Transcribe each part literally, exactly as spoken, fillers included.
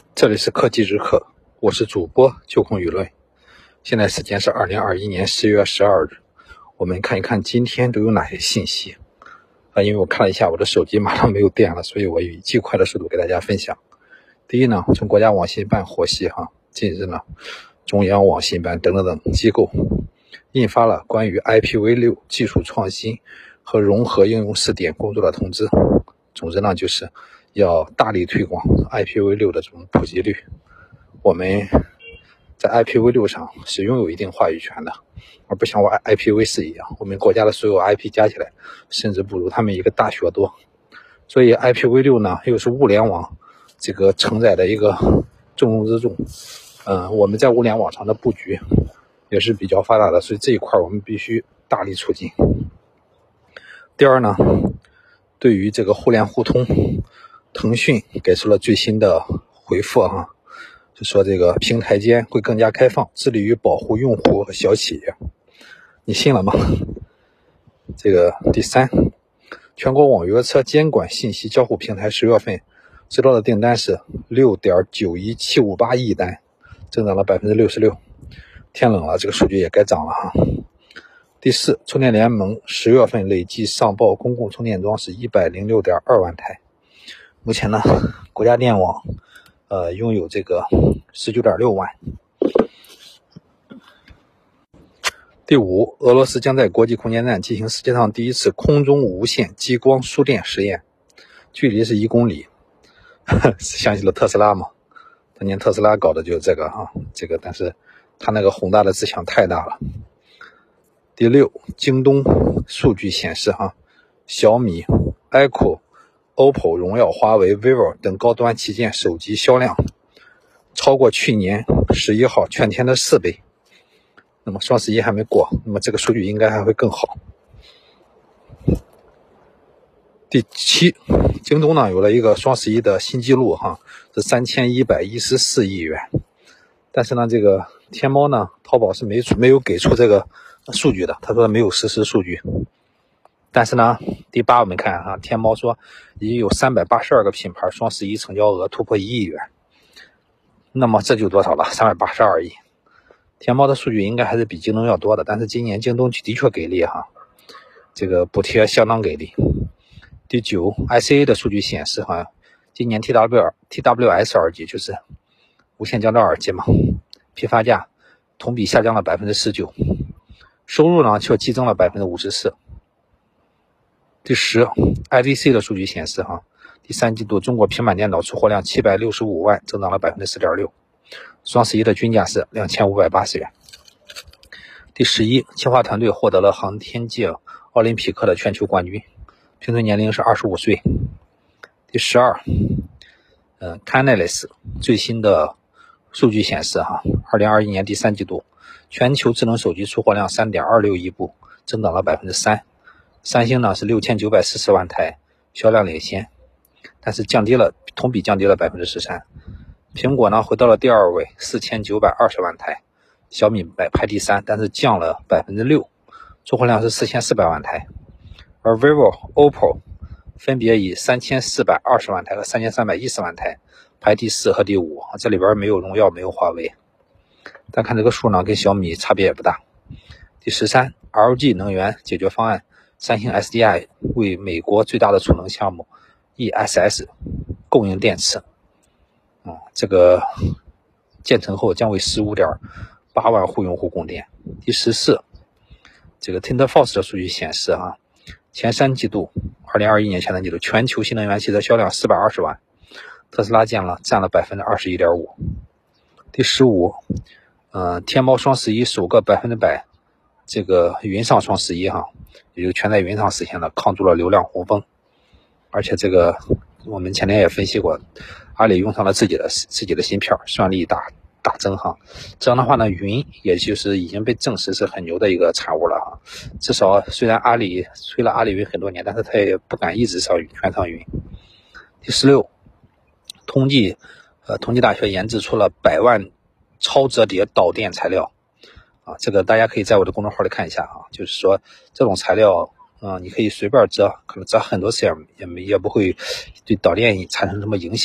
这里是科技日课，我是主播就空舆论。现在时间是二零二一年十月十二日，我们看一看今天都有哪些信息啊？因为我看了一下我的手机马上没有电了，所以我以极快的速度给大家分享。第一呢，从国家网信办获悉哈，近日呢，中央网信办等等等机构印发了关于 I P v 六 技术创新和融合应用试点工作的通知。总之呢，就是要大力推广 I P v 六 的这种普及率。我们在 I P v 六 上是拥有一定话语权的，而不像我 I P v 四 一样，我们国家的所有 I P 加起来甚至不如他们一个大学多。所以 I P v 六 呢，又是物联网这个承载的一个重中之重。嗯、呃，我们在物联网上的布局也是比较发达的，所以这一块我们必须大力促进。第二呢，对于这个互联互通，腾讯给出了最新的回复啊，就说这个平台间会更加开放，致力于保护用户和小企业。你信了吗？这个第三，全国网约车监管信息交互平台十月份收到的订单是 六点九一七五八亿单，增长了 百分之六十六。天冷了，这个数据也该涨了哈。第四，充电联盟十月份累计上报公共充电桩是 一百零六点二万台。目前呢，国家电网呃拥有这个 十九点六万。第五，俄罗斯将在国际空间站进行世界上第一次空中无线激光输电实验，距离是一公里。想起了特斯拉嘛，当年特斯拉搞的就是这个啊，这个但是它那个宏大的志向太大了。第六，京东数据显示哈，小米、I Q O、O P P O、荣耀、华为、vivo 等高端旗舰手机销量超过去年十一号全天的四倍。那么双十一还没过，那么这个数据应该还会更好。第七，京东呢有了一个双十一的新纪录哈，是三千一百一十四亿元。但是呢，这个天猫呢，淘宝是没没有给出这个数据的，他说没有实时数据。但是呢，第八我们看哈，天猫说已经有三百八十二个品牌双十一成交额突破一亿元。那么这就多少了？三百八十二亿。天猫的数据应该还是比京东要多的，但是今年京东的确给力哈，这个补贴相当给力。第九 ，I C A 的数据显示哈，今年 T W T W S 耳机就是无线降噪耳机嘛，批发价同比下降了 百分之十九， 收入呢却激增了 百分之五十四。第十 ，I D C 的数据显示哈，第三季度中国平板电脑出货量七百六十五万，增长了 百分之四点六， 双十一的均价是两千五百八十元。第十一，清华团队获得了航天界奥林匹克的全球冠军，平均年龄是二十五岁。第十二，呃 Canalys 最新的数据显示哈，二零二一年第三季度全球智能手机出货量 三点二六亿部，增长了 百分之三。三星呢是六千九百四十万台，销量领先，但是降低了同比降低了 百分之十三。苹果呢回到了第二位，四千九百二十万台，小米排第三，但是降了 百分之六， 出货量是四千四百万台。而 vivo、O P P O 分别以三千四百二十万台和三千三百一十万台排第四和第五，这里边没有荣耀，没有华为。但看这个数呢，跟小米差别也不大。第十三 ，L G 能源解决方案，三星 S D I 为美国最大的储能项目 E S S 供应电池，嗯，这个建成后将为 十五点八万户用户供电。第十四，这个 TinderForce 的数据显示啊，前三季度二零二一年前三季度全球新能源汽车销量四百二十万，特斯拉占了占了 百分之二十一点五。 第十五，呃天猫双十一首个百分之百这个云上双十一哈，也就全在云上实现了，抗住了流量洪峰。而且这个我们前天也分析过，阿里用上了自己的自己的芯片，算力大大增哈。这样的话呢，云也就是已经被证实是很牛的一个产物了哈。至少虽然阿里吹了阿里云很多年，但是他也不敢一直上云全上云。第十六，同济呃同济大学研制出了百万超折叠导电材料啊，这个大家可以在我的公众号里看一下啊，就是说这种材料啊、呃，你可以随便折，可能折很多次也也没也不会对导电产生什么影响。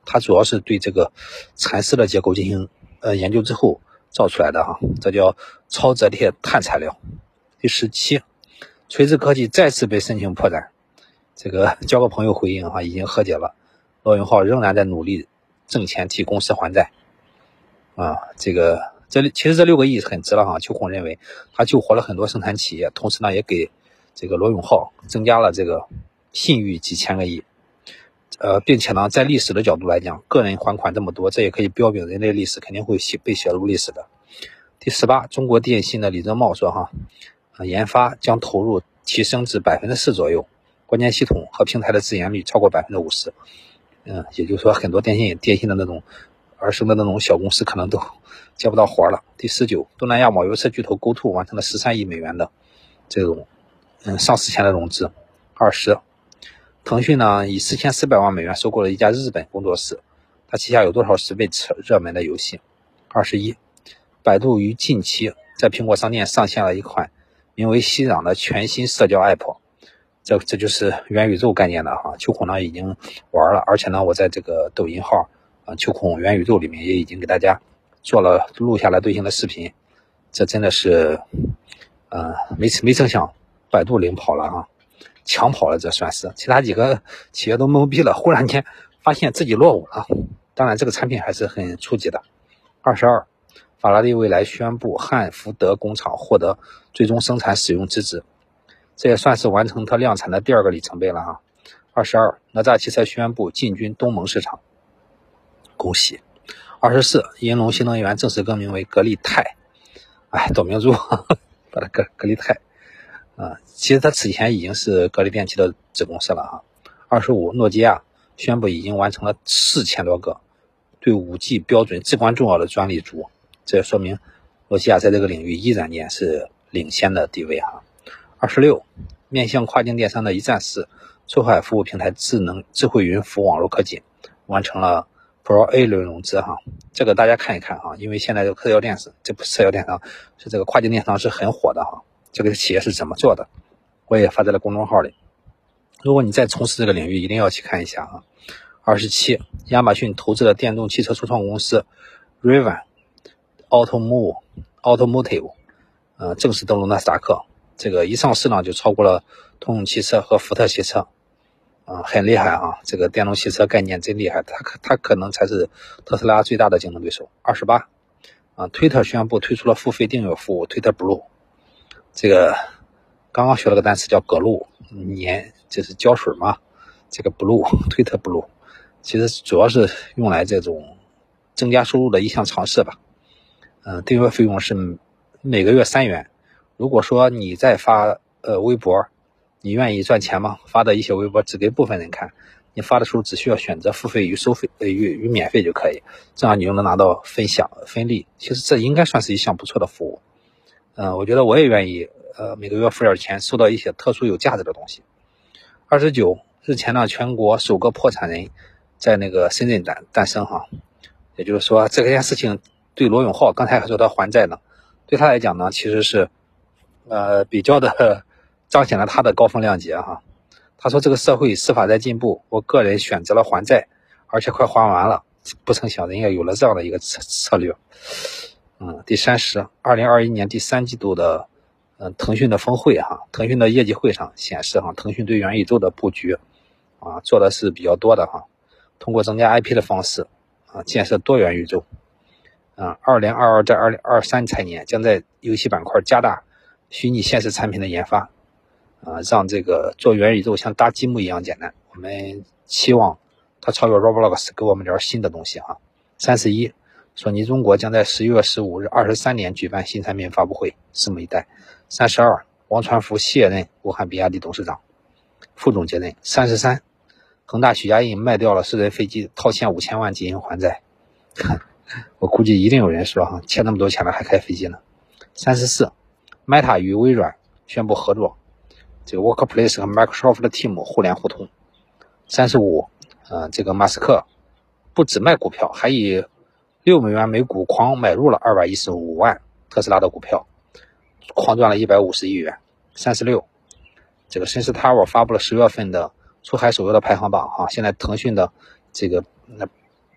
它主要是对这个蚕丝的结构进行呃研究之后造出来的哈，这叫超折叠碳材料。第十七，锤子科技再次被申请破产，这个交个朋友回应哈，已经和解了，罗永浩仍然在努力挣钱替公司还债啊。这个这其实这六个亿很值了哈。秋孔认为他救活了很多生产企业，同时呢也给这个罗永浩增加了这个信誉几千个亿。呃，并且呢，在历史的角度来讲，个人还款这么多，这也可以标炳人类历史肯定会写被写入历史的。第十八，中国电信的李泽茂说哈，呃、研发将投入提升至百分之四左右，关键系统和平台的自研率超过百分之五十。嗯，也就是说，很多电信电信的那种儿生的那种小公司可能都接不到活了。第十九，东南亚网约车巨头 Go To 完成了十三亿美元的这种嗯上市前的融资。二十。腾讯呢，以四千四百万美元收购了一家日本工作室，它旗下有多少十倍热门的游戏？二十一，百度于近期在苹果商店上线了一款名为熙壤的全新社交 app， 这这就是元宇宙概念的哈。秋孔呢已经玩了，而且呢，我在这个抖音号啊秋孔元宇宙里面也已经给大家做了录下来对应的视频，这真的是呃没没成想百度领跑了哈。抢跑了，这算是其他几个企业都懵逼了，忽然间发现自己落伍了。当然这个产品还是很初级的。二十二，法拉利未来宣布汉福德工厂获得最终生产使用资质，这也算是完成它量产的第二个里程碑了哈。二十二，哪吒汽车宣布进军东盟市场，恭喜。二十四，银龙新能源正式更名为格力泰，哎，董明珠把它格格力泰啊，其实它此前已经是格力电器的子公司了哈。二十五，诺基亚宣布已经完成了四千多个对 五 G 标准至关重要的专利注，这也说明诺基亚在这个领域依然间是领先的地位哈。二十六，面向跨境电商的一站式出海服务平台智能智慧云服务网络科技完成了 Pro A 轮融资哈，这个大家看一看哈，因为现在这个社交电商，这不是社交电商，是这个跨境电商是很火的哈。这个企业是怎么做的，我也发在了公众号里，如果你在从事这个领域一定要去看一下啊。二十七，亚马逊投资了电动汽车初创公司 Rivian Automotive Automotive 呃正式登陆纳斯达克，这个一上市呢就超过了通用汽车和福特汽车啊、呃，很厉害啊，这个电动汽车概念真厉害，它它可能才是特斯拉最大的竞争对手。二十八啊，推特宣布推出了付费订阅服务推特 Blue，这个刚刚学了个单词叫葛露，粘就是胶水嘛，这个 blue 推特 blue 其实主要是用来这种增加收入的一项尝试吧。嗯、呃，订阅费用是每个月三元。如果说你在发呃微博，你愿意赚钱吗？发的一些微博只给部分人看，你发的时候只需要选择付费与收费呃与与免费就可以，这样你就能拿到分享分利。其实这应该算是一项不错的服务。嗯、呃，我觉得我也愿意，呃，每个月付点钱，收到一些特殊有价值的东西。二十九，日前呢，全国首个破产人在那个深圳诞诞生哈，也就是说，这件事情对罗永浩刚才还说他还债呢，对他来讲呢，其实是，呃，比较的彰显了他的高风亮节哈。他说这个社会司法在进步，我个人选择了还债，而且快还完了，不曾想人家有了这样的一个策策略。嗯，第三十，二零二一年第三季度的，呃，腾讯的峰会哈，腾讯的业绩会上显示哈，腾讯对元宇宙的布局啊做的是比较多的哈，通过增加 I P 的方式啊，建设多元宇宙啊，二零二二至二零二三财年将在游戏板块加大虚拟现实产品的研发啊，让这个做元宇宙像搭积木一样简单。我们期望它超越 Roblox， 给我们点新的东西哈。三十一。索尼中国将在十一月十五日二十三年举办新产品发布会，拭目以待。三十二，王传福卸任武汉比亚迪董事长，副总接任。三十三，恒大许家印卖掉了私人飞机，套现五千万进行还债。我估计一定有人说哈，欠那么多钱了还开飞机呢。三十四 ，Meta 与微软宣布合作，这个 Workplace 和 Microsoft 的 Team 互联互通。三十五，呃，这个马斯克不只卖股票，还以六美元每股狂买入了二百一十五万特斯拉的股票，狂赚了一百五十亿元。三十六，这个深思 Tower 发布了十月份的出海手游的排行榜哈，现在腾讯的这个那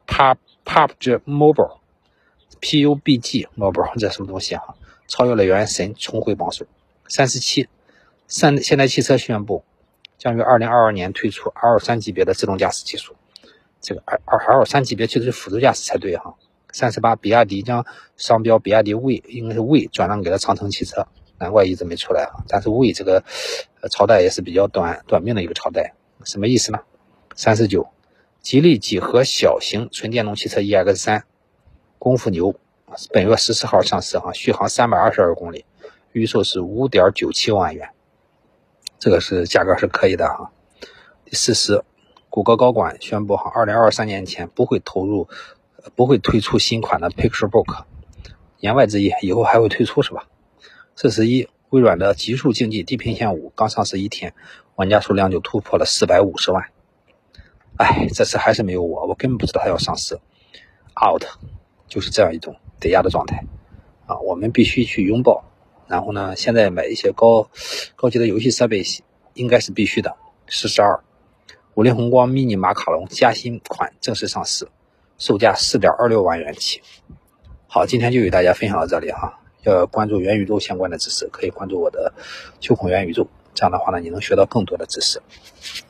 Pub PUBG Mobile，P U B G Mobile 这什么东西啊？超越了原神，重回榜首。三十七，现现代汽车宣布将于二零二二年推出 L 三 级别的自动驾驶技术。这个 L 三 级别其实是辅助驾驶才对哈。三十八，比亚迪将商标比亚迪魏，应该是魏转让给了长城汽车，难怪一直没出来啊。但是魏这个呃朝代也是比较短短命的一个朝代，什么意思呢？三十九，吉利几何小型纯电动汽车 E X 三，功夫牛，本月十四号上市哈，续航三百二十二公里，预售是 五点九七万元，这个是价格是可以的哈。第四十，谷歌高管宣布哈，二零二三年前不会投入。不会推出新款的 Pixelbook， 言外之意以后还会推出是吧？四十一，微软的极速竞技地平线五刚上市一天，玩家数量就突破了四百五十万。哎，这次还是没有我，我根本不知道它要上市。out 就是这样一种得压的状态啊，我们必须去拥抱。然后呢，现在买一些高高级的游戏设备应该是必须的。四十二，五菱宏光 mini 马卡龙加新款正式上市。售价 四点二六万元起。好，今天就与大家分享到这里哈。要关注元宇宙相关的知识，可以关注我的秋孔元宇宙，这样的话呢，你能学到更多的知识。